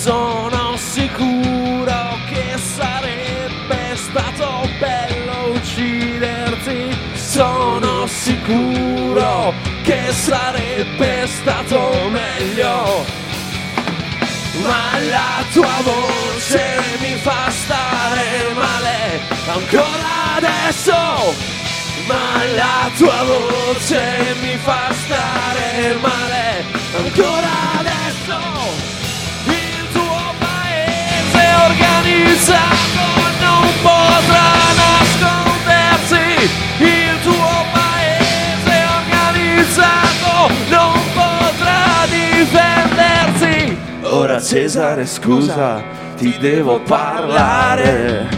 Sono sicuro che sarebbe stato bello ucciderti. Sono sicuro che sarebbe stato meglio, ma la tua voce mi fa stare male ancora adesso. Ma la tua voce mi fa stare male ancora adesso. Il tuo paese organizzato non potrà nascondersi. Il tuo paese organizzato non potrà difendersi. Ora Cesare, scusa, ti devo parlare.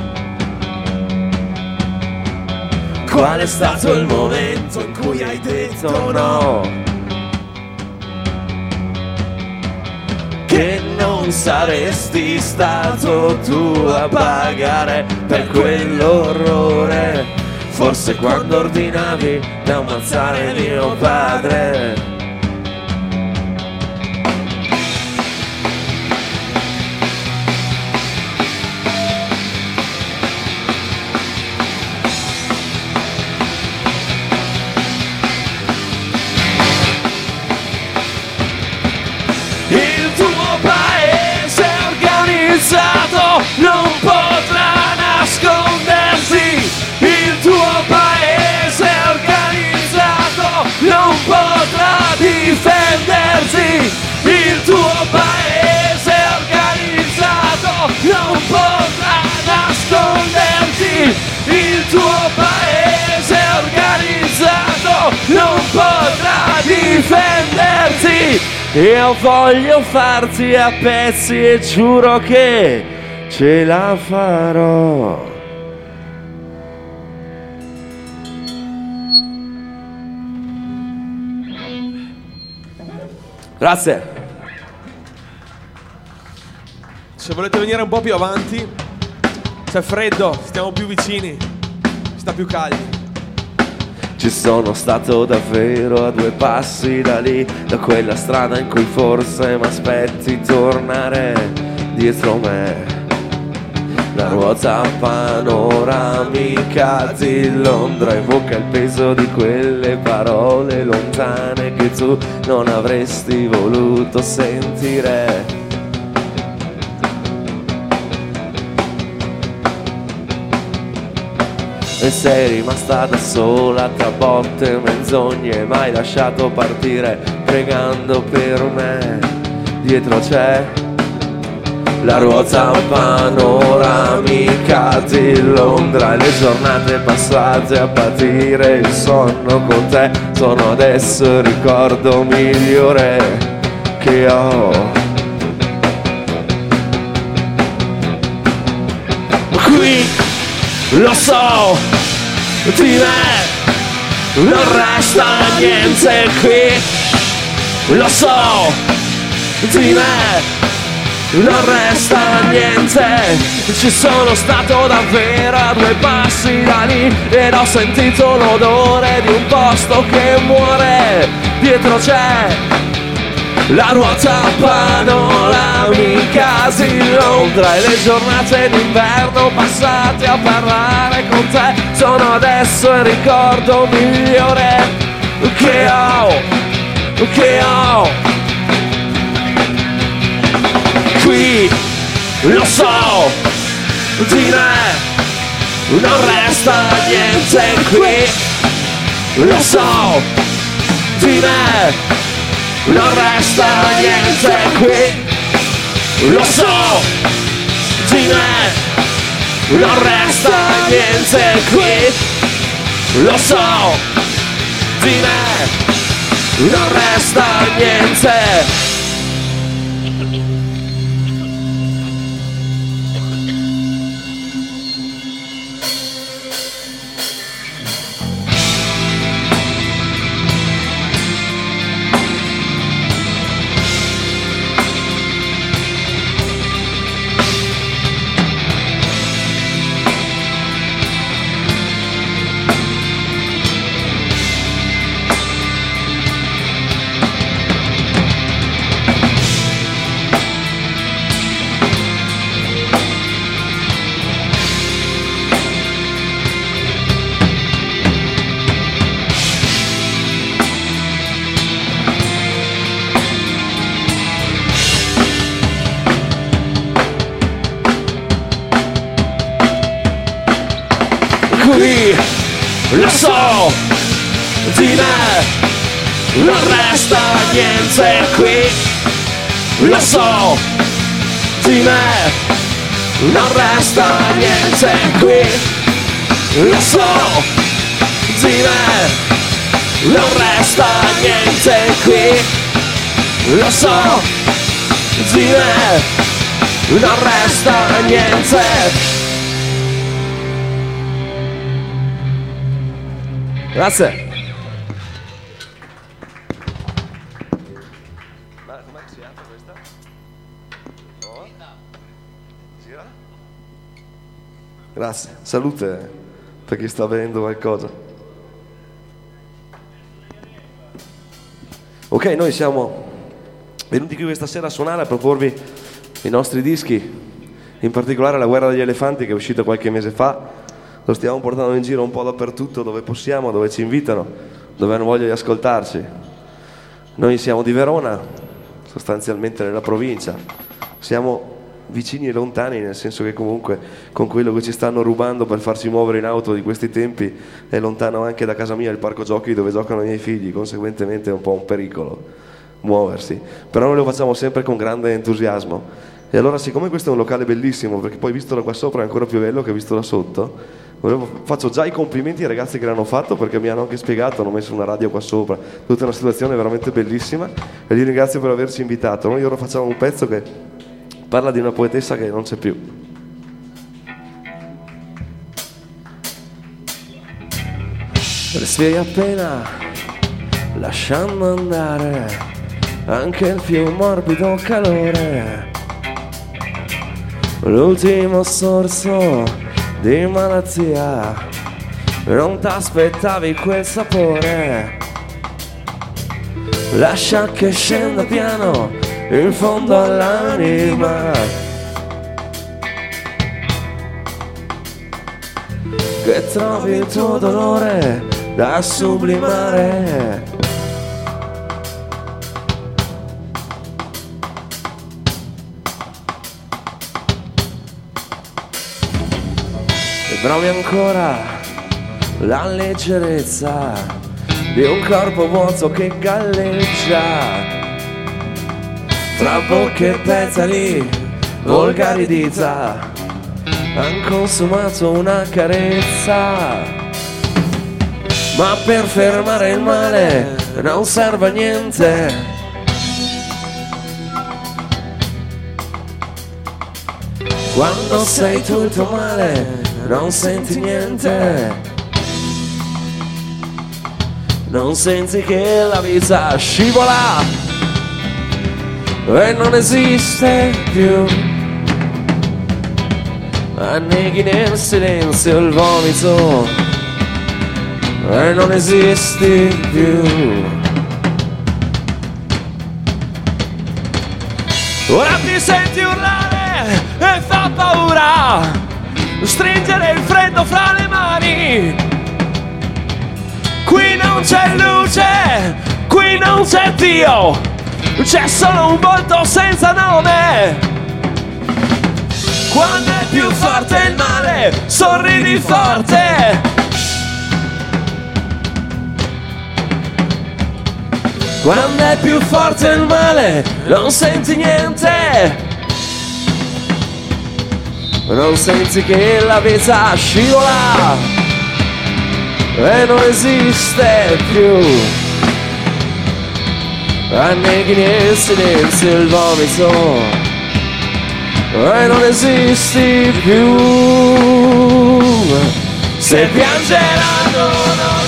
Qual è stato il momento in cui hai detto no? Che non saresti stato tu a pagare per quell'orrore. Forse quando ordinavi di ammazzare mio padre. Non potrà nascondersi. Il tuo paese organizzato non potrà difendersi. Il tuo paese organizzato non potrà nascondersi. Il tuo paese organizzato non potrà difendersi. Io voglio farti a pezzi e giuro che ce la farò. Grazie. Se volete venire un po' più avanti, c'è freddo, stiamo più vicini, sta più caldi. Ci sono stato davvero a 2 passi da lì, da quella strada in cui forse m'aspetti tornare dietro me. La ruota panoramica di Londra evoca il peso di quelle parole lontane che tu non avresti voluto sentire. E sei rimasta da sola tra botte e menzogne, m'hai lasciato partire pregando per me. Dietro c'è la ruota panoramica di Londra e le giornate passate a patire il sonno con te sono adesso il ricordo migliore che ho. Qui lo so, di me non resta niente qui. Lo so, di me non resta niente. Ci sono stato davvero a 2 passi da lì ed ho sentito l'odore di un posto che muore. Dietro c'è la ruota panoramica di Londra e le giornate d'inverno passate a parlare con te sono adesso il ricordo migliore che ho. Qui lo so, di me non resta niente qui. Lo so, di me non resta niente qui. Lo so, di me non resta niente qui. Lo so, di me non resta niente. qui, lo so, di me non resta niente qui, lo so, di me non resta niente qui, lo so, di me non resta niente qui, lo so, di me non resta niente. Grazie. Ma com'è che si apre questa? Oh. Gira? Grazie. Salute per chi sta vedendo qualcosa. Ok, noi siamo venuti qui questa sera a suonare, a proporvi i nostri dischi, in particolare La guerra degli elefanti, che è uscito qualche mese fa. Lo stiamo portando in giro un po' dappertutto, dove possiamo, dove ci invitano, dove hanno voglia di ascoltarci. Noi siamo di Verona, sostanzialmente nella provincia. Siamo vicini e lontani, nel senso che comunque con quello che ci stanno rubando per farci muovere in auto di questi tempi è lontano anche da casa mia il parco giochi dove giocano i miei figli, conseguentemente è un po' un pericolo muoversi. Però noi lo facciamo sempre con grande entusiasmo. E allora, siccome questo è un locale bellissimo, perché poi visto da qua sopra è ancora più bello che visto da sotto, faccio già i complimenti ai ragazzi che l'hanno fatto, perché mi hanno anche spiegato, hanno messo una radio qua sopra, tutta una situazione veramente bellissima, e li ringrazio per averci invitato. Noi ora facciamo un pezzo che parla di una poetessa che non c'è più. Respiri appena, lasciando andare anche il più morbido calore, l'ultimo sorso di malattia, non t'aspettavi quel sapore. Lascia che scenda piano in fondo all'anima, che trovi il tuo dolore da sublimare. Provi ancora la leggerezza di un corpo vuoto che galleggia tra bocche e petali, volgari dita, han consumato una carezza. Ma per fermare il male non serve a niente. Quando sei tu il tuo male non senti niente, non senti che la vita scivola e non esiste più. Anneghi nel silenzio il vomito e non esisti più. Ora ti senti urlare e fa paura, stringere il freddo fra le mani. Qui non c'è luce, qui non c'è Dio, c'è solo un volto senza nome. Quando è più forte il male, sorridi forte. Quando è più forte il male, non senti niente. Non senti che la vita scivola e non esiste più. Anneghi nel silenzio il vomito e non esisti più. Se piangeranno non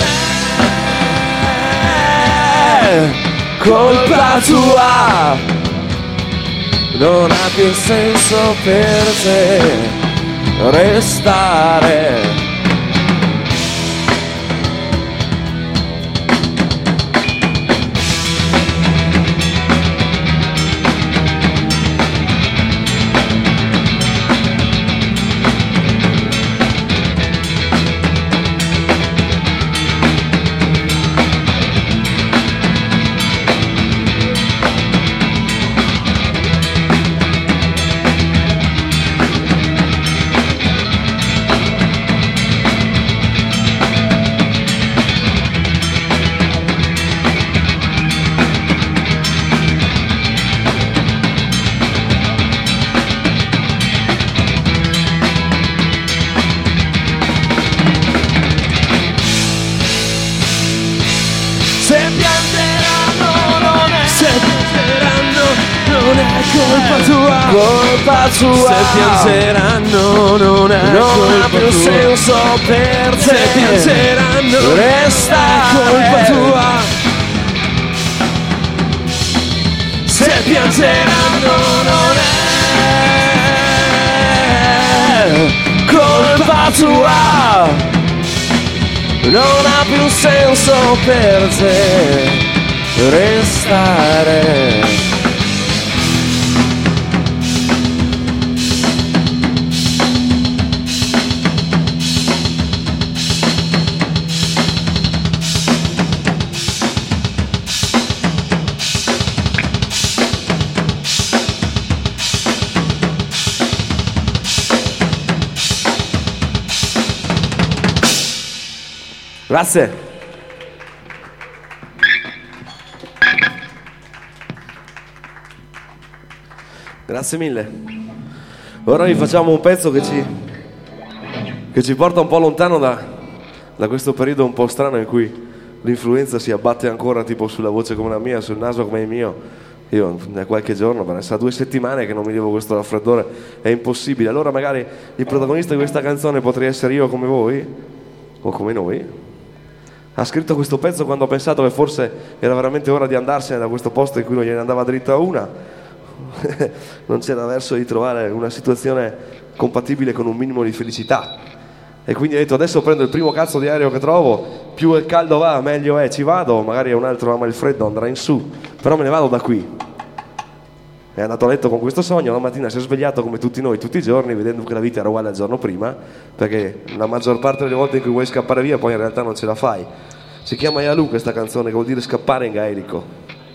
è colpa tua, non ha più senso per te restare. colpa tua. Se piangeranno non ha più senso per te. Se piangeranno resta colpa tua. Se piangeranno non è colpa tua. Non ha più senso per te restare. Grazie. Grazie mille. Ora vi facciamo un pezzo che ci porta un po' lontano da questo periodo un po' strano in cui l'influenza si abbatte ancora tipo sulla voce come la mia, sul naso come il mio. Io da qualche giorno, per essere 2 settimane che non mi levo questo raffreddore, è impossibile. Allora magari il protagonista di questa canzone potrei essere io come voi o come noi. Ha scritto questo pezzo quando ho pensato che forse era veramente ora di andarsene da questo posto in cui non gliene andava dritta una. Non c'era verso di trovare una situazione compatibile con un minimo di felicità. E quindi ha detto adesso prendo il primo cazzo di aereo che trovo, più il caldo va meglio è, ci vado, magari un altro ama il freddo, andrà in su, però me ne vado da qui. È andato a letto con questo sogno, la mattina si è svegliato come tutti noi, tutti i giorni, vedendo che la vita era uguale al giorno prima, perché la maggior parte delle volte in cui vuoi scappare via poi in realtà non ce la fai. Si chiama Yalu questa canzone, che vuol dire scappare in gaelico.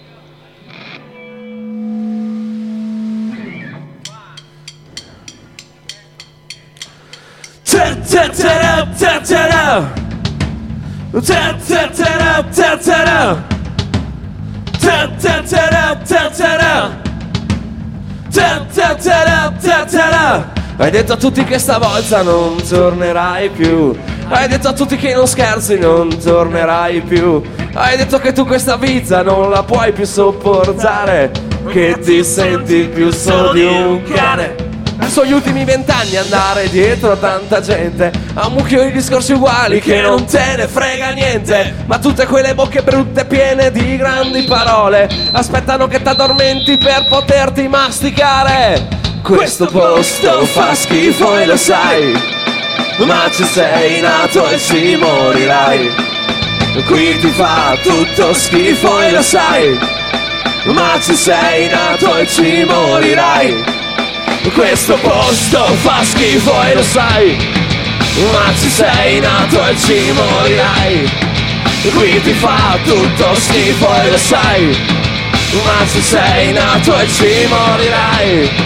Hai detto a tutti che stavolta non tornerai più. Hai detto a tutti che non scherzi, non tornerai più. Hai detto che tu questa vita non la puoi più sopportare, che ti senti più solo di un cane. Sono gli ultimi 20 anni andare dietro a tanta gente, a un mucchio di discorsi uguali che non te ne frega niente. Ma tutte quelle bocche brutte piene di grandi parole aspettano che t'addormenti per poterti masticare. Questo posto fa schifo e lo sai, ma ci sei nato e ci morirai. Qui ti fa tutto schifo e lo sai, ma ci sei nato e ci morirai. Questo posto fa schifo e lo sai, ma ci sei nato e ci morirai. Qui ti fa tutto schifo e lo sai, ma ci sei nato e ci morirai.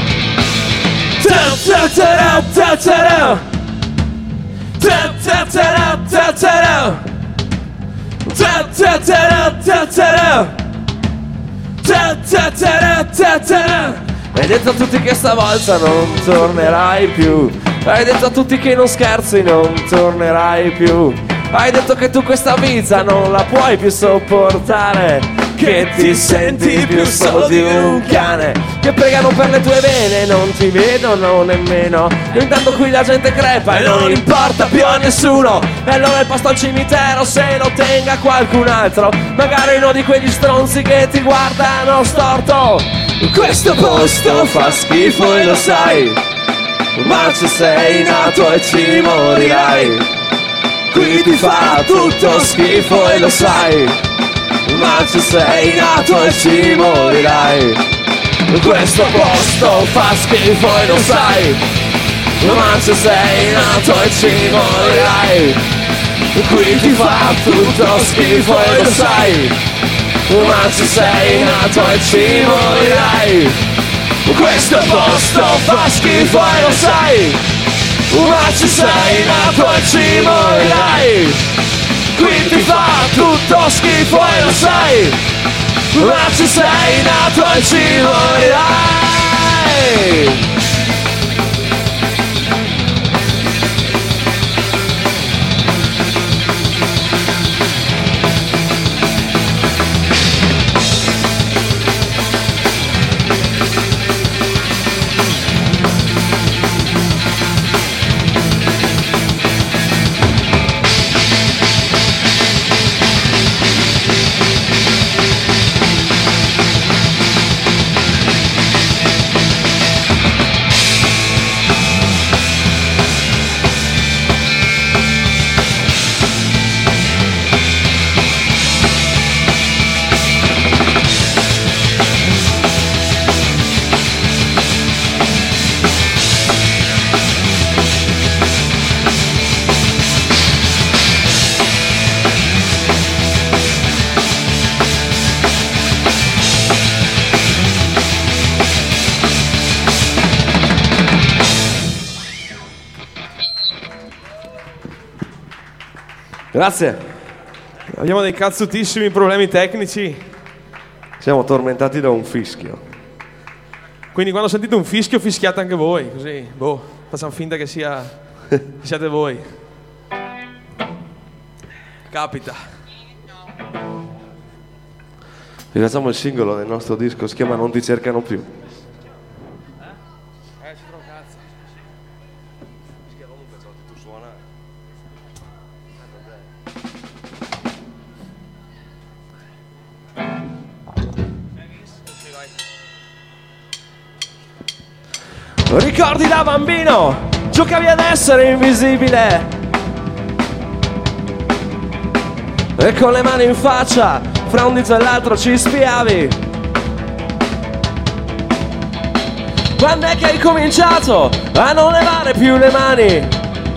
Hai detto a tutti che stavolta non tornerai più. Hai detto a tutti che non scherzi, non tornerai più. Hai detto che tu questa vita non la puoi più sopportare, che ti senti più solo di un cane, che pregano per le tue vene, non ti vedono nemmeno. E intanto qui la gente crepa e non importa più a nessuno. E allora il posto al cimitero se lo tenga qualcun altro, magari uno di quegli stronzi che ti guardano storto. Questo posto fa schifo e lo sai, ma ci sei nato e ci morirai. Qui ti fa tutto schifo e lo sai, ma ci sei nato e ci morirai. Questo posto fa schifo e lo sai, ma ci sei nato e ci morirai. Qui ti fa tutto schifo e lo sai, ma ci sei nato e ci morirai. Questo posto fa schifo e lo sai, ma ci sei nato e ci morirai. Qui ti fa tutto schifo e lo sai, ma ci sei nato e ci morirai. Grazie. Abbiamo dei cazzutissimi problemi tecnici. Siamo tormentati da un fischio. Quindi quando sentite un fischio fischiate anche voi, così, facciamo finta che siate voi. Capita. Rifacciamo il singolo del nostro disco, si chiama Non ti cercano più. Ci trovo cazzo. Comunque ce l'ho tu suonare. Ricordi da bambino, giocavi ad essere invisibile e con le mani in faccia, fra un dito e l'altro ci spiavi. Quando è che hai cominciato a non levare più le mani?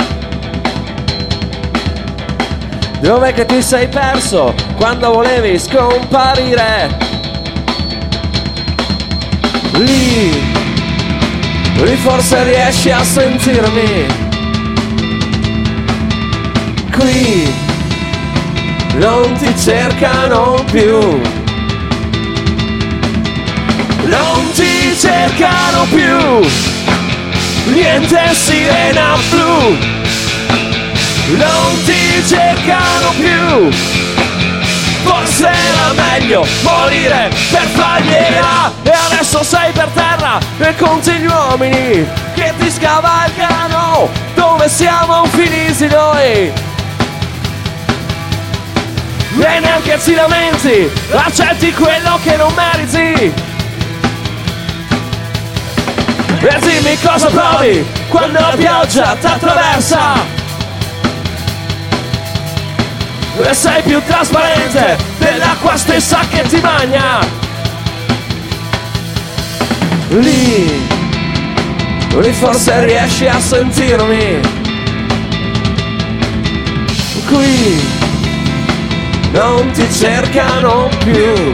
Dov'è che ti sei perso quando volevi scomparire? Lì forse riesci a sentirmi. Qui non ti cercano più. Non ti cercano più. Niente sirena blu. Non ti cercano più. Forse era meglio morire per fargliela. E adesso sei per terra e conti gli uomini che ti scavalcano. Dove siamo finiti noi? E neanche ti lamenti, accetti quello che non meriti. E dimmi cosa provi quando la pioggia t'attraversa. E sei più trasparente dell'acqua stessa che ti bagna. Lì forse riesci a sentirmi. Qui non ti cercano più.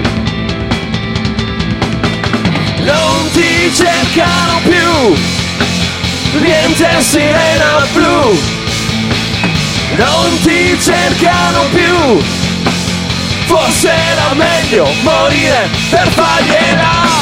Non ti cercano più. Niente sirena blu. Non ti cercano più. Forse era meglio morire per fargliela.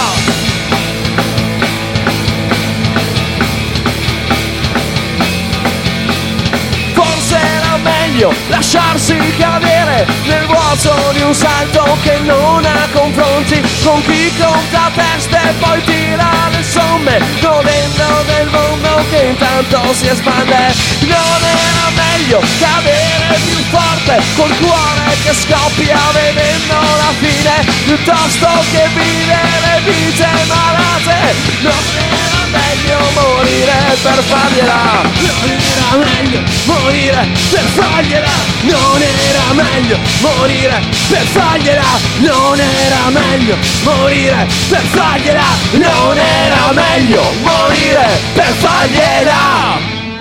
Forse era meglio lasciarsi cadere nel vuoto di un salto che non ha confronti con chi conta teste e poi tira le somme, godendo del mondo che intanto si espande. Non era meglio cadere più forte col cuore che scoppia vedendo la fine, piuttosto che vivere vite malate. Non era meglio morire per fargliela. Non era meglio morire per fargliela. Non era meglio morire per fargliela. Non era meglio morire per fargliela. Non era meglio morire per fargliela.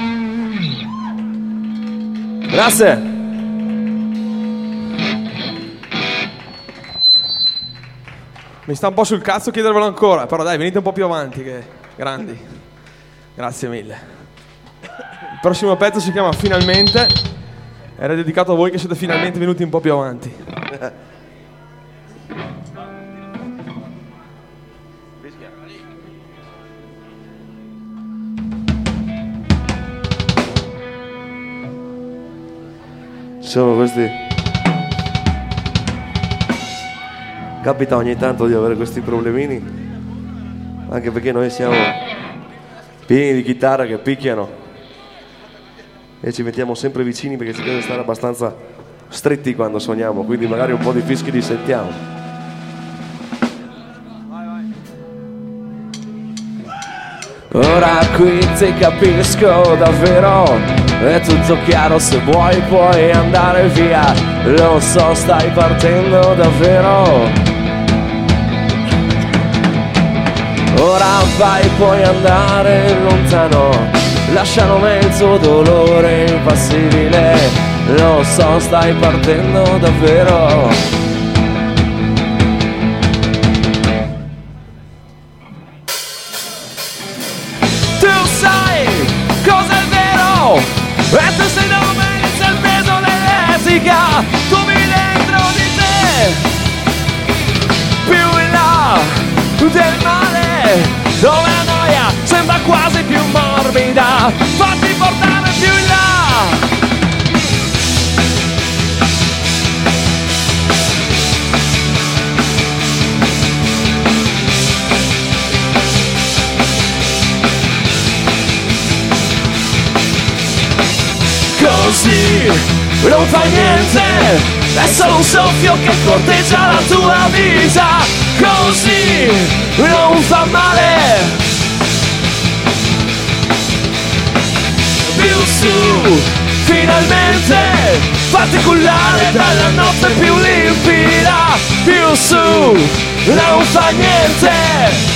Grazie. Mi sta un po' sul cazzo chiedervelo ancora, però dai, venite un po' più avanti che grandi. Grazie mille. Il prossimo pezzo si chiama Finalmente. Era dedicato a voi che siete finalmente venuti un po' più avanti. Sono questi. Capita ogni tanto di avere questi problemini, anche perché noi siamo pieni di chitarre che picchiano e ci mettiamo sempre vicini perché ci deve stare abbastanza stretti quando suoniamo, quindi magari un po' di fischi li sentiamo. Ora qui ti capisco davvero, è tutto chiaro, se vuoi puoi andare via. Lo so, stai partendo davvero. Ora vai, puoi andare lontano, lasciano mezzo dolore impassibile. Lo so, stai partendo davvero. Tu sai cosa è vero, e tu sei domenica il peso delle fatica, come dentro di te, più in là del male, dove la noia sembra quasi più morbida, fatti portare più in là. Così non fa niente, è solo un soffio che corteggia la tua vita. Così non fa male, più su, finalmente, fatti cullare dalla notte più limpida. Più su, non fa niente.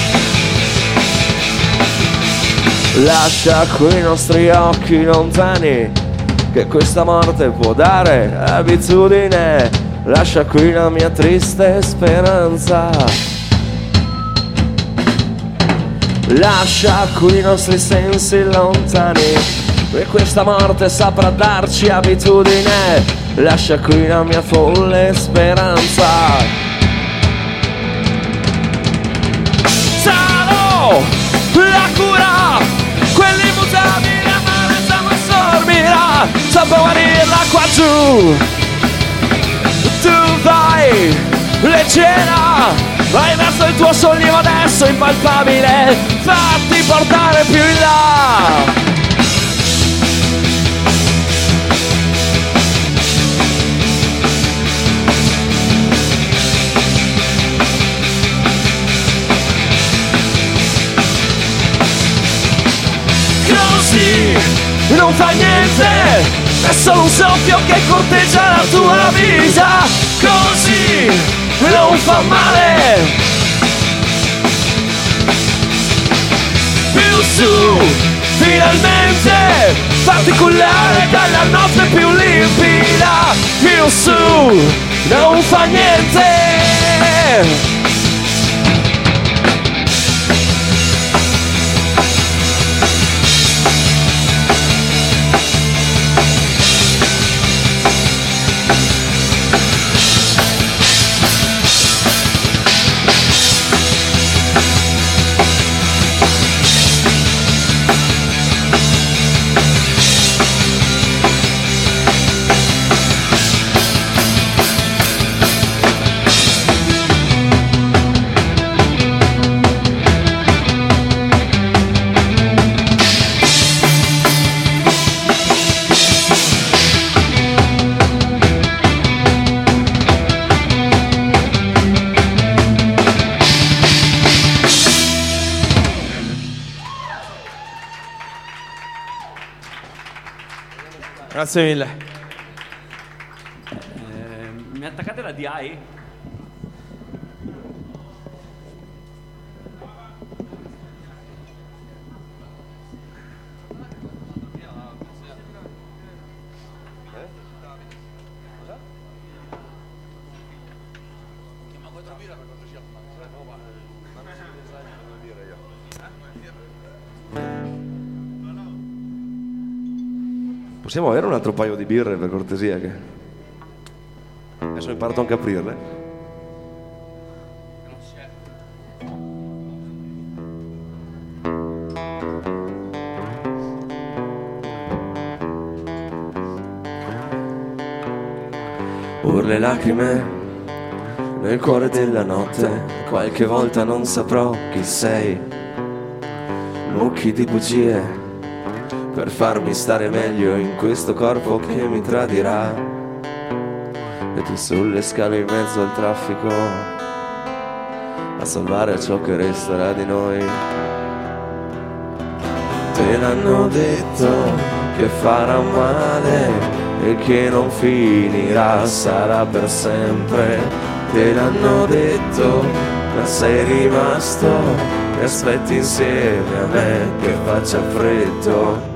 Lascia quei nostri occhi lontani, che questa morte può dare abitudine. Lascia qui la mia triste speranza. Lascia qui i nostri sensi lontani, e questa morte saprà darci abitudine. Lascia qui la mia folle speranza. Sarò la cura, quell'immutabile amarezza mi assorbirà, saprò guarirla qua giù. Tu vai leggera, vai verso il tuo sollievo adesso impalpabile, fatti portare più in là. Così non fa niente, è solo un soffio che corteggia la tua vita. Così non fa male, più su, finalmente, fatti cullare dalla notte più limpida. Più su, non fa niente. Grazie mille. Mi attaccate la DI? Possiamo avere un altro paio di birre per cortesia? Che adesso ho imparato anche a aprirle. Urle lacrime nel cuore della notte, qualche volta non saprò chi sei. Mucchi di bugie per farmi stare meglio in questo corpo che mi tradirà. E tu sulle scale in mezzo al traffico a salvare ciò che resterà di noi. Te l'hanno detto che farà male e che non finirà, sarà per sempre. Te l'hanno detto, ma sei rimasto e aspetti insieme a me che faccia freddo.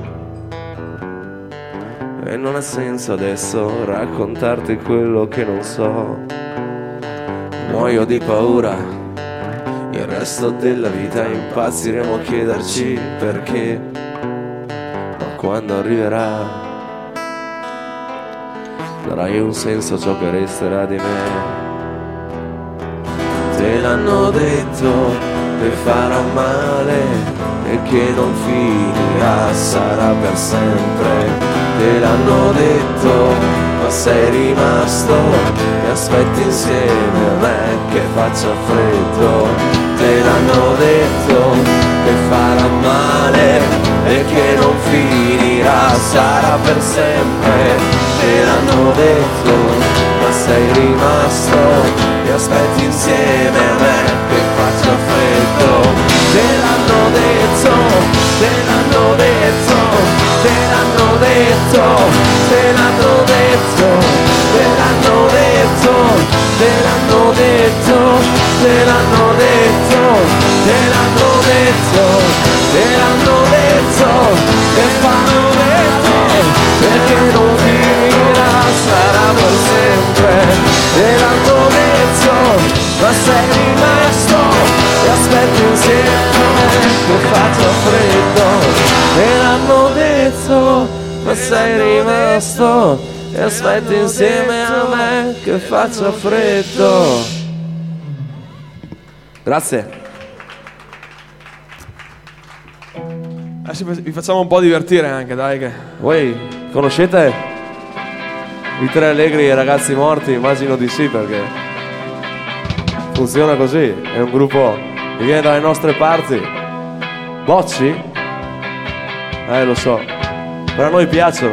E non ha senso adesso raccontarti quello che non so. Muoio di paura, il resto della vita impazziremo a chiederci perché. Ma quando arriverà darai un senso a ciò che resterà di me. Te l'hanno detto che farà male e che non finirà, sarà per sempre. Te l'hanno detto, ma sei rimasto e aspetti insieme a me che faccia freddo. Te l'hanno detto che farà male e che non finirà, sarà per sempre. Te l'hanno detto, ma sei rimasto e aspetti insieme a me che faccia freddo. Te l'hanno detto, te l'hanno detto, te l'hanno detto, te l'hanno detto, te l'hanno detto, te l'hanno detto, te l'hanno detto, te l'hanno detto, te l'hanno detto, te fanno detto, perché non finirà, sarà per sempre. Te l'hanno detto, ma sei rimasto e aspetti insieme a me che faccia freddo. Te l'hanno detto, ma sei rimasto e aspetti insieme a me che faccia freddo. Grazie. Adesso vi facciamo un po' divertire anche, dai che... Voi conoscete i Tre Allegri e i Ragazzi Morti? Immagino di sì, perché funziona così. È un gruppo che viene dalle nostre parti. Bocci? Lo so, però a noi piacciono.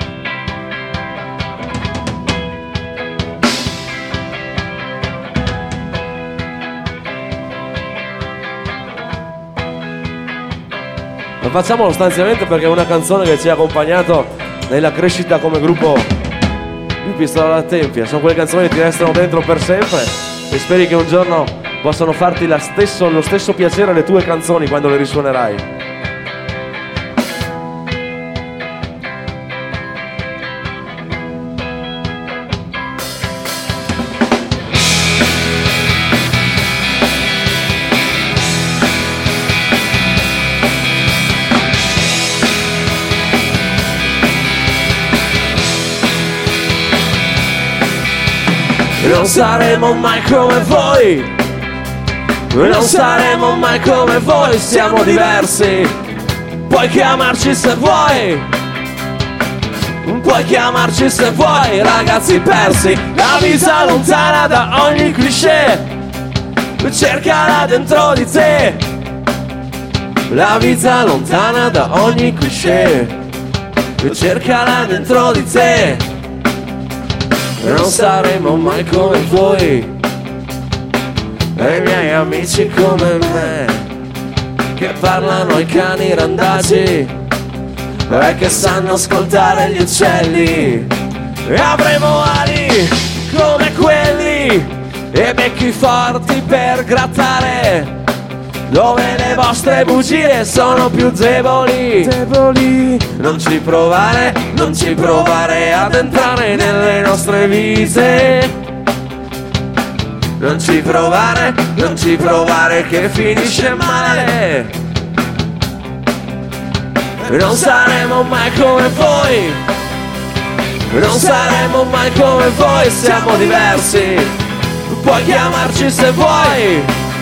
Lo facciamo sostanzialmente perché è una canzone che ci ha accompagnato nella crescita come gruppo di Pistola alla Tempia. Sono quelle canzoni che ti restano dentro per sempre e speri che un giorno possano farti lo stesso piacere le tue canzoni quando le risuonerai. Non saremo mai come voi, non saremo mai come voi, siamo diversi. Puoi chiamarci se vuoi, puoi chiamarci se vuoi, ragazzi persi. La vita lontana da ogni cliché, cercala dentro di te. La vita lontana da ogni cliché, cercala dentro di te. Non saremo mai come voi e i miei amici come me, che parlano ai cani randagi e che sanno ascoltare gli uccelli. E avremo ali come quelli e becchi forti per grattare, dove le vostre bugie sono più deboli. Non ci provare, non ci provare ad entrare nelle nostre vite. Non ci provare, non ci provare che finisce male. Non saremo mai come voi, non saremo mai come voi, siamo diversi. Puoi chiamarci se vuoi,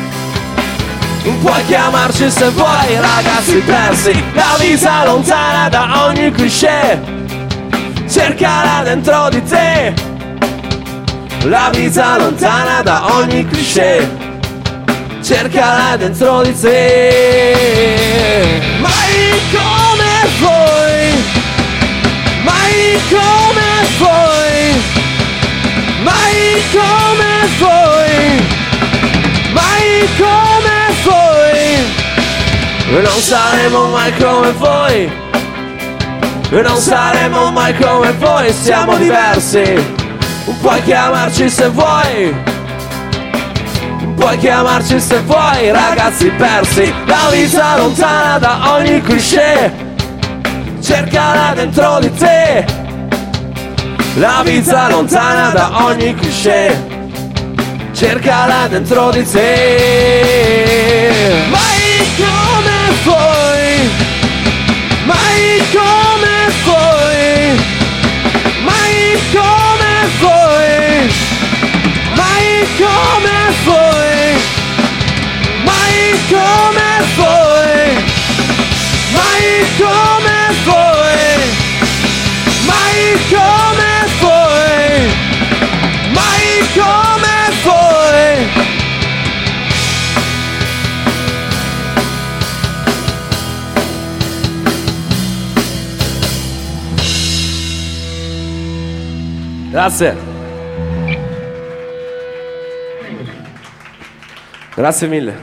puoi chiamarci se vuoi, ragazzi persi. La vita lontana da ogni cliché, cercala dentro di te. La vita lontana da ogni cliché, cercala dentro di te. Mai come voi, mai come voi, mai come voi, mai come voi. Non saremo mai come voi, non saremo mai come voi, siamo diversi. Puoi chiamarci se vuoi, puoi chiamarci se vuoi, ragazzi persi. La vita lontana da ogni cliché, cercala dentro di te. La vita lontana da ogni cliché, cercala dentro di te. Mai come voi, mai come voi, mai come Grazie. Grazie mille.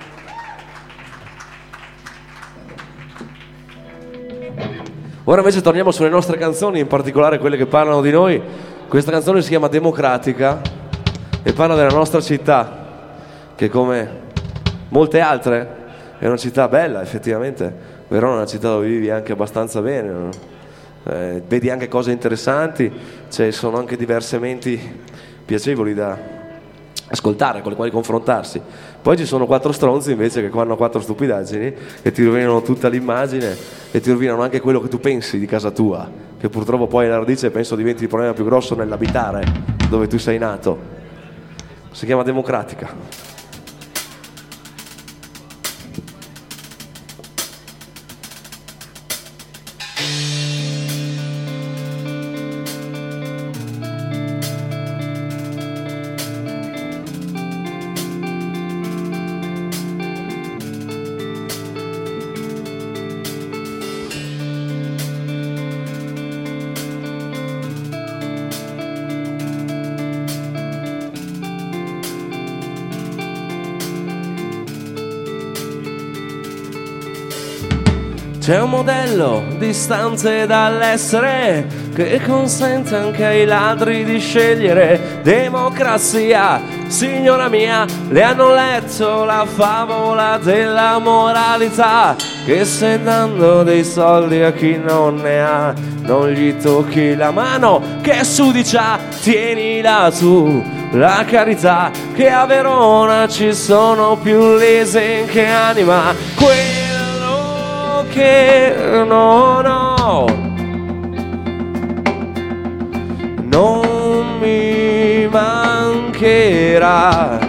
Ora invece torniamo sulle nostre canzoni, in particolare quelle che parlano di noi. Questa canzone si chiama Democratica e parla della nostra città, che come molte altre è una città bella, effettivamente. Verona è una città dove vivi anche abbastanza bene, no? Vedi anche cose interessanti, sono anche diverse menti piacevoli da ascoltare, con le quali confrontarsi. Poi ci sono 4 stronzi invece che fanno 4 stupidaggini e ti rovinano tutta l'immagine e ti rovinano anche quello che tu pensi di casa tua, che purtroppo poi alla radice penso diventi il problema più grosso nell'abitare dove tu sei nato. Si chiama Democratica. C'è un modello distante dall'essere che consente anche ai ladri di scegliere. Democrazia, signora mia, le hanno letto la favola della moralità, che se dando dei soldi a chi non ne ha non gli tocchi la mano, che sudicia, tienila tu la carità, che a Verona ci sono più lese che anima. Che non ho, non mi mancherà.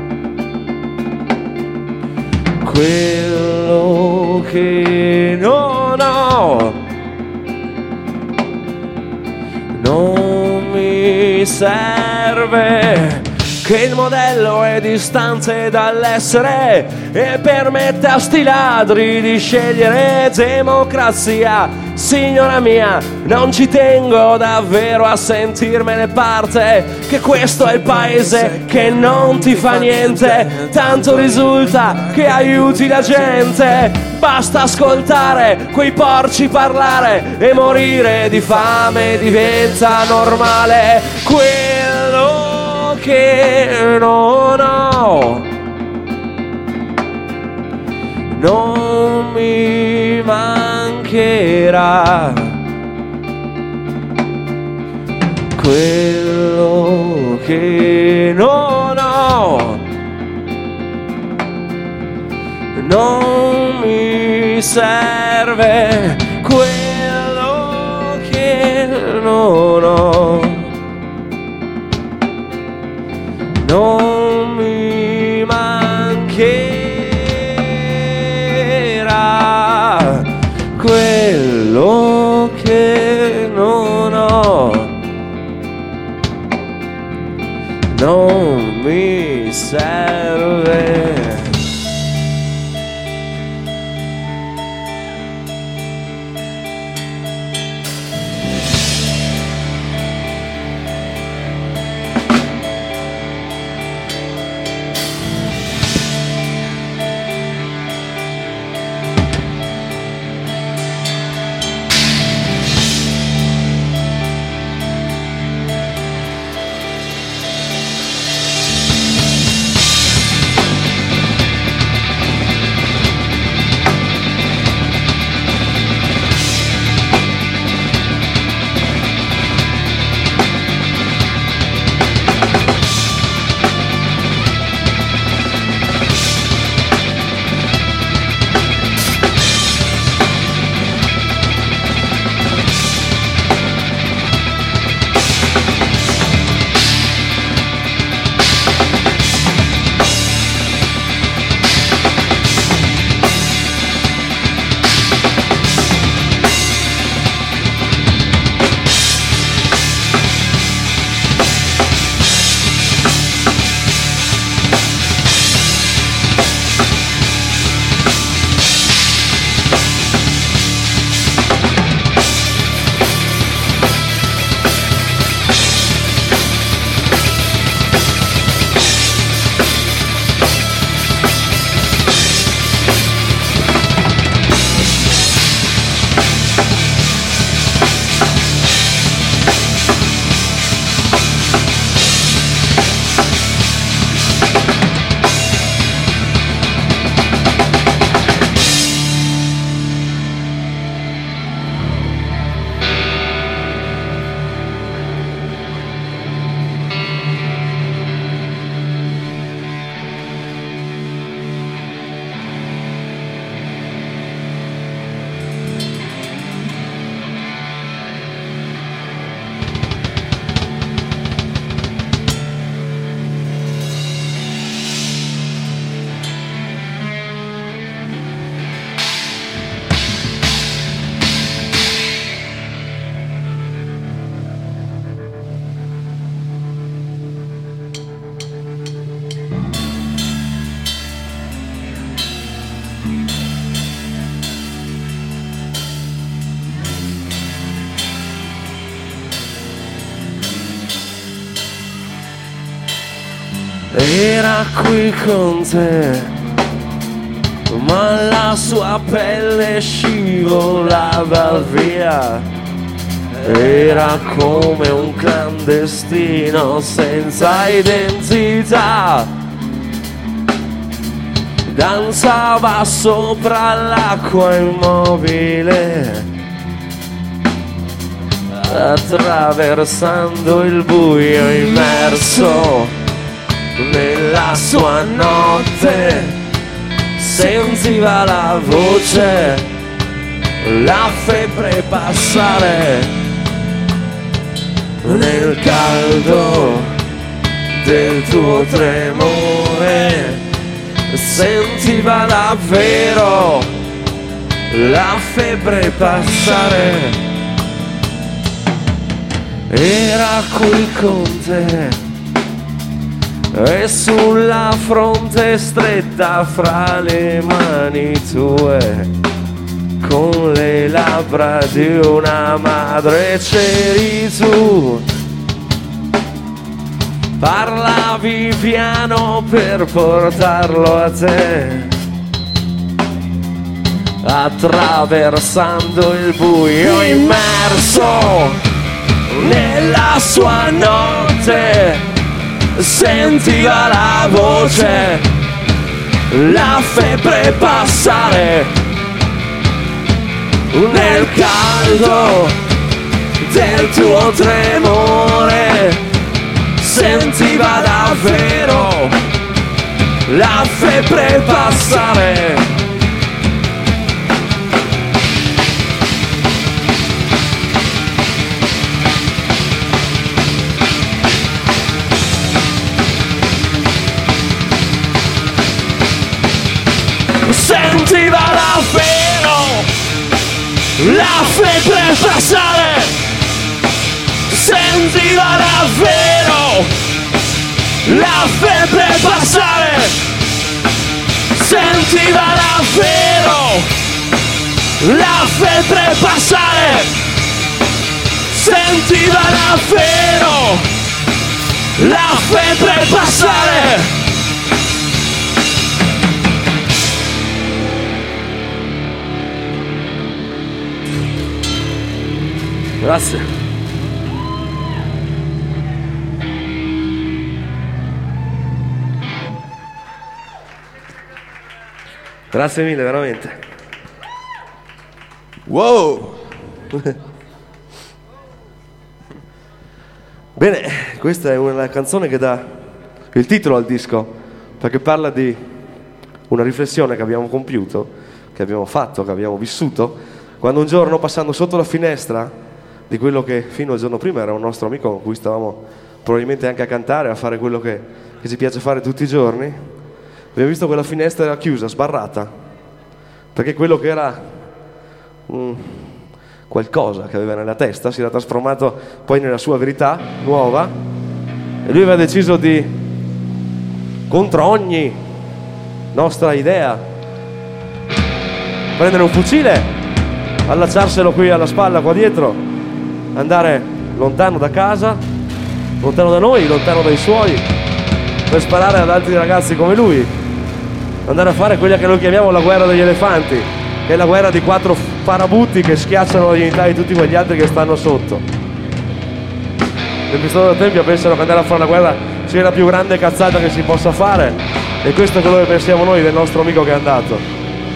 Quello che non ho non mi serve, che il modello è distante dall'essere e permette a sti ladri di scegliere. Democrazia, signora mia, non ci tengo davvero a sentirmene parte, che questo è il paese che non ti fa niente, tanto risulta che aiuti la gente. Basta ascoltare quei porci parlare e morire di fame diventa normale. Quello che non ho non mi mancherà. Quello che non ho non mi serve. Quello che non ho non mi mancherà. Quello che non ho non mi serve. era qui con te, ma la sua pelle scivolava via. Era come un clandestino senza identità. Danzava sopra l'acqua immobile, attraversando il buio immerso nella sua notte. Sentiva la voce, la febbre passare nel caldo del tuo tremore. Sentiva davvero la febbre passare. Era qui con te e sulla fronte stretta fra le mani tue, con le labbra di una madre c'eri tu. Parlavi piano per portarlo a te, attraversando il buio immerso nella sua notte. Sentiva la voce, la febbre passare nel caldo del tuo tremore. Sentiva davvero la febbre passare. Sentiva davvero la febbre passare. Sentiva davvero la febbre passare. Sentiva davvero la febbre passare. Sentiva davvero la febbre passare. Grazie. Grazie mille, veramente. Wow! Bene, questa è una canzone che dà il titolo al disco, perché parla di una riflessione che abbiamo compiuto, che abbiamo fatto, che abbiamo vissuto, quando un giorno, passando sotto la finestra di quello che fino al giorno prima era un nostro amico con cui stavamo probabilmente anche a cantare, a fare quello che ci piace fare tutti i giorni, abbiamo visto quella finestra era chiusa, sbarrata, perché quello che era qualcosa che aveva nella testa si era trasformato poi nella sua verità nuova, e lui aveva deciso di, contro ogni nostra idea, prendere un fucile, allacciarselo qui alla spalla, qua dietro, andare lontano da casa, lontano da noi, lontano dai suoi, per sparare ad altri ragazzi come lui, andare a fare quella che noi chiamiamo la guerra degli elefanti, che è la guerra di 4 farabutti che schiacciano la dignità di tutti quegli altri che stanno sotto. Nel Pistola del Tempio pensano che andare a fare la guerra sia la più grande cazzata che si possa fare, e questo è quello che pensiamo noi del nostro amico che è andato.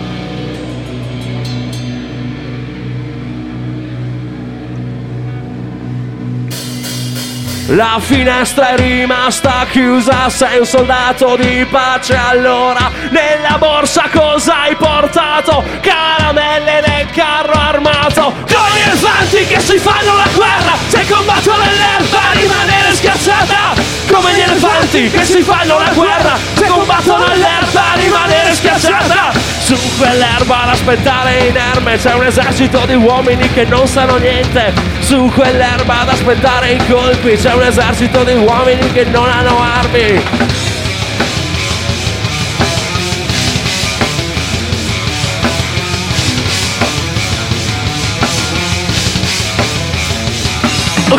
La finestra è rimasta chiusa, sei un soldato di pace, allora nella borsa cosa hai portato? Caramelle nel carro armato, con gli elefanti che si fanno la guerra, se combattono nell'erba a rimanere schiacciata, come gli elefanti che si fanno la guerra, se combattono nell'erba a rimanere schiacciata. Su quell'erba ad aspettare inerme c'è un esercito di uomini che non sanno niente. Su quell'erba ad aspettare i colpi c'è un esercito di uomini che non hanno armi.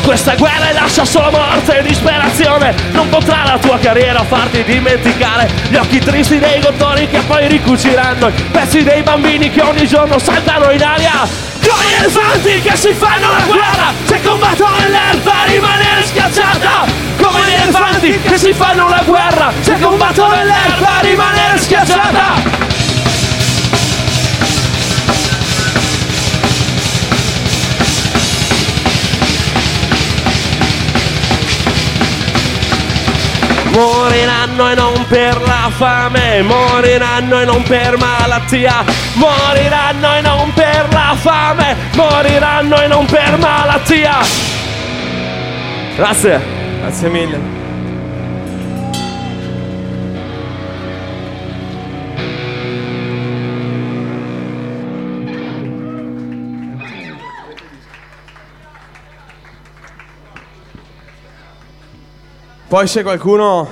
questa guerra e lascia solo morte e disperazione. Non potrà la tua carriera farti dimenticare gli occhi tristi dei dottori che poi ricuciranno i pezzi dei bambini che ogni giorno saltano in aria. Come gli elefanti che si fanno la guerra, se combattono nell'erba a rimanere schiacciata. Come gli elefanti che si fanno la guerra, se combattono nell'erba a rimanere schiacciata. Moriranno e non per la fame, moriranno e non per malattia, moriranno e non per la fame, moriranno e non per malattia. Grazie. Grazie mille. Poi se qualcuno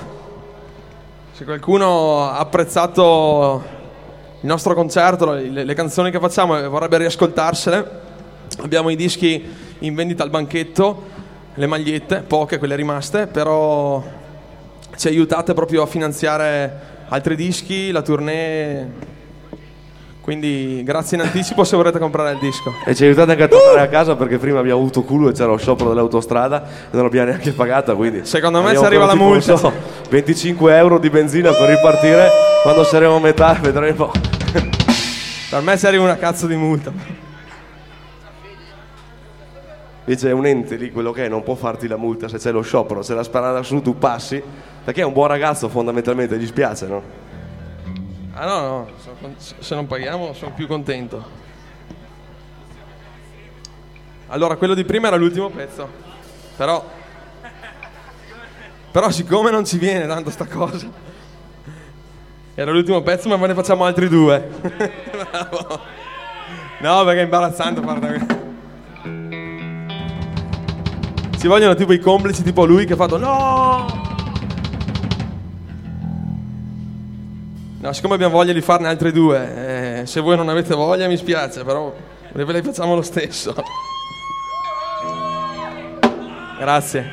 ha apprezzato il nostro concerto, le canzoni che facciamo e vorrebbe riascoltarsele, abbiamo i dischi in vendita al banchetto, le magliette, poche quelle rimaste, però ci aiutate proprio a finanziare altri dischi, la tournée. Quindi grazie in anticipo se vorrete comprare il disco. E ci aiutate anche a tornare a casa, perché prima abbiamo avuto culo e c'era lo sciopero dell'autostrada e non l'abbiamo neanche pagata, quindi secondo me ci arriva la multa. Non so, 25 euro di benzina per ripartire. Quando saremo a metà vedremo. Per me ci arriva una cazzo di multa. Invece è un ente lì, quello che è, non può farti la multa se c'è lo sciopero. Se la sparata su tu passi, perché è un buon ragazzo fondamentalmente, gli spiace, no? Ah no, se non paghiamo sono più contento. Allora, quello di prima era l'ultimo pezzo. Però siccome non ci viene tanto sta cosa, era l'ultimo pezzo, ma ne facciamo altri due. Bravo. No, perché è imbarazzante fare. Ci vogliono tipo i complici, tipo lui che ha fatto no! No, siccome abbiamo voglia di farne altri due, se voi non avete voglia mi spiace, però ve le facciamo lo stesso. Grazie.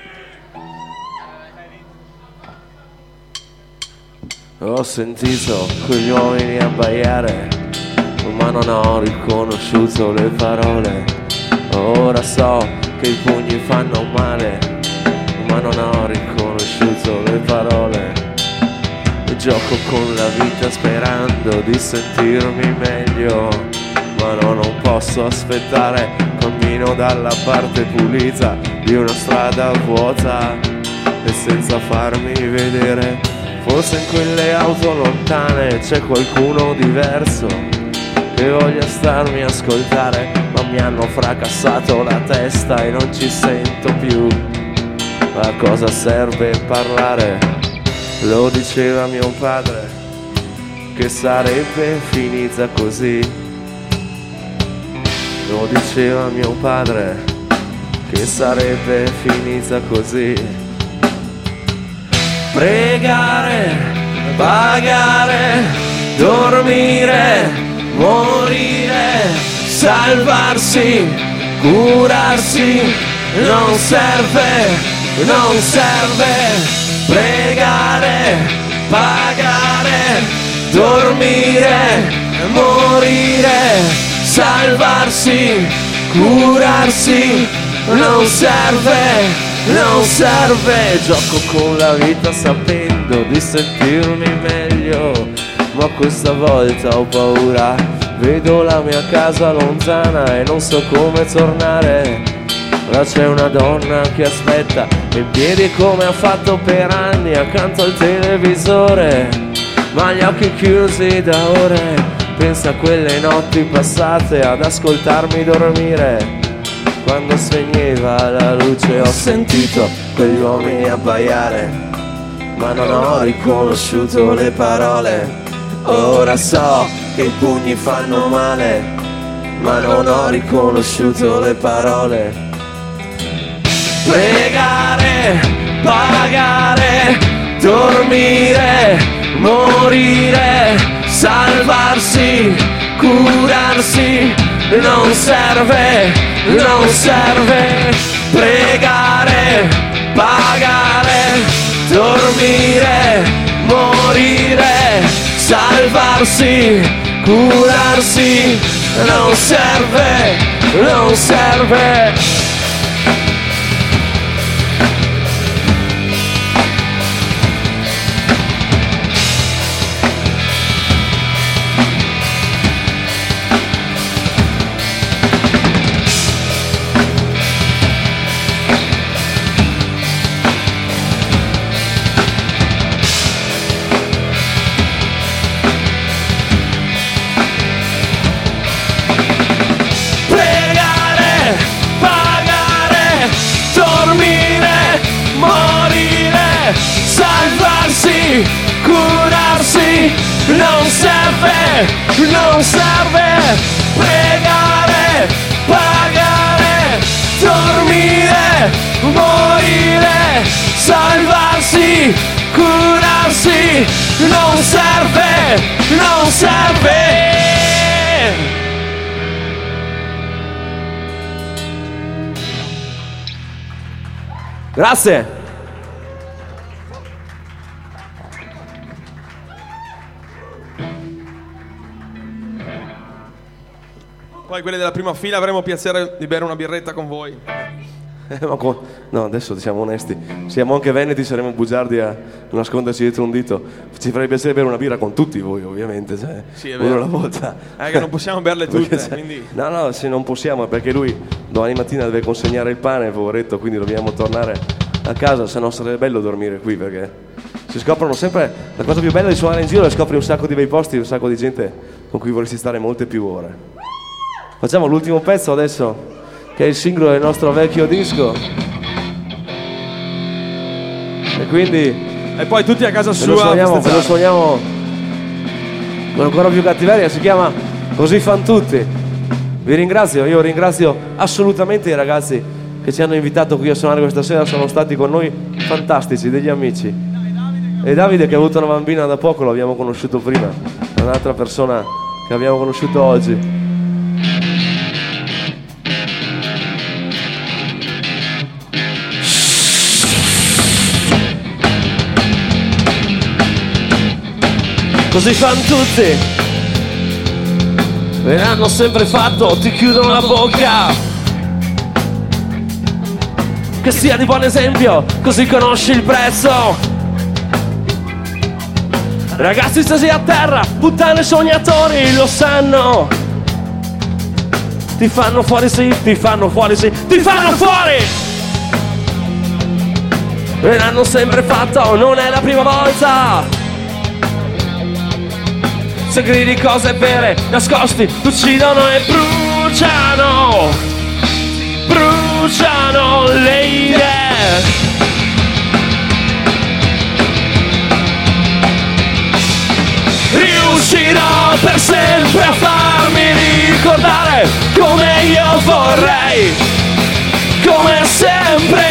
Ho sentito quegli uomini abbaiare, ma non ho riconosciuto le parole. Ora so che i pugni fanno male, ma non ho riconosciuto le parole. Gioco con la vita sperando di sentirmi meglio, ma no, non posso aspettare. Cammino dalla parte pulita di una strada vuota e senza farmi vedere. Forse in quelle auto lontane c'è qualcuno diverso che voglia starmi a ascoltare, ma mi hanno fracassato la testa e non ci sento più. A cosa serve parlare? Lo diceva mio padre che sarebbe finita così. Lo diceva mio padre che sarebbe finita così. Pregare, pagare, dormire, morire, salvarsi, curarsi, non serve, non serve. Pregare, pagare, dormire, morire, salvarsi, curarsi, non serve, non serve. Gioco con la vita sapendo di sentirmi meglio, ma questa volta ho paura. Vedo la mia casa lontana e non so come tornare. Là c'è una donna che aspetta in piedi come ha fatto per anni accanto al televisore, ma gli occhi chiusi da ore. Pensa a quelle notti passate ad ascoltarmi dormire. Quando spegneva la luce ho sentito quegli uomini abbaiare, ma non ho riconosciuto le parole. Ora so che i pugni fanno male, ma non ho riconosciuto le parole. Pregare, pagare, dormire, morire, salvarsi, curarsi, non serve, non serve pregare, pagare, dormire, morire, salvarsi, curarsi, non serve, non serve. Curarsi, non serve, non serve pregare, pagare, dormire, morire, salvarsi, curarsi, non serve, non serve. Grazie. Poi quelli della prima fila avremo piacere di bere una birretta con voi. No, adesso siamo onesti. Siamo anche veneti, saremo bugiardi a nasconderci dietro un dito. Ci farebbe piacere bere una birra con tutti voi, ovviamente. Cioè, sì, è uno vero. alla volta. Che non possiamo berle tutte, Perché, quindi... No, se non possiamo, perché lui domani mattina deve consegnare il pane, poveretto, quindi dobbiamo tornare a casa, se no sarebbe bello dormire qui, perché si scoprono sempre... La cosa più bella di suonare in giro è scopri un sacco di bei posti, un sacco di gente con cui vorresti stare molte più ore. Facciamo l'ultimo pezzo adesso, che è il singolo del nostro vecchio disco. E quindi... E poi tutti a casa Ve lo suoniamo con ancora più cattiveria, si chiama Così fan tutti. Vi ringrazio, io ringrazio assolutamente i ragazzi che ci hanno invitato qui a suonare questa sera, sono stati con noi fantastici, degli amici. E Davide, che ha avuto una bambina da poco, lo abbiamo conosciuto prima, è un'altra persona che abbiamo conosciuto oggi. Così fan tutti, e l'hanno sempre fatto, ti chiudono la bocca. Che sia di buon esempio, così conosci il prezzo. Ragazzi stesi a terra, puttane sognatori, lo sanno. Ti fanno fuori sì, ti fanno fuori sì, ti fanno fuori. E l'hanno sempre fatto, non è la prima volta. Se gridi cose vere, nascosti, uccidono e bruciano. Bruciano le idee. Riuscirò per sempre a farmi ricordare come io vorrei, come sempre.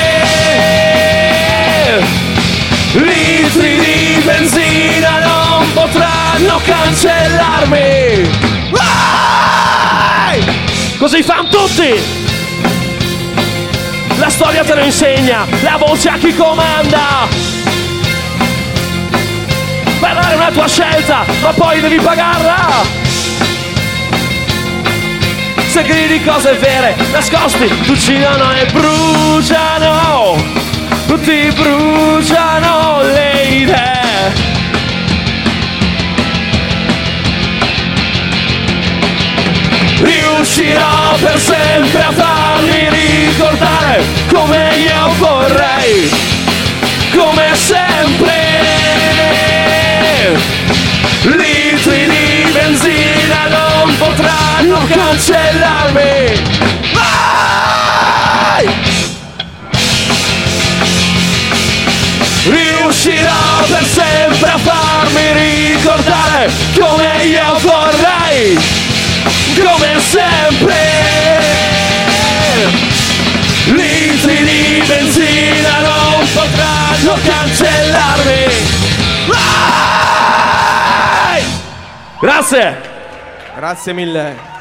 Litri di benzina non potranno cancellarmi. Vai! Così fan tutti. La storia te lo insegna, la voce a chi comanda. Parlare è una tua scelta, ma poi devi pagarla. Se gridi cose vere, nascosti, ti uccidono e bruciano. Tutti bruciano le idee. Riuscirò per sempre a farmi ricordare come io vorrei, come sempre. Litri di benzina non potranno cancellarmi. Vai! Riuscirò per sempre a farmi ricordare come io vorrei, come sempre. Litri di benzina non potranno cancellarmi. Vai! Grazie! Grazie mille.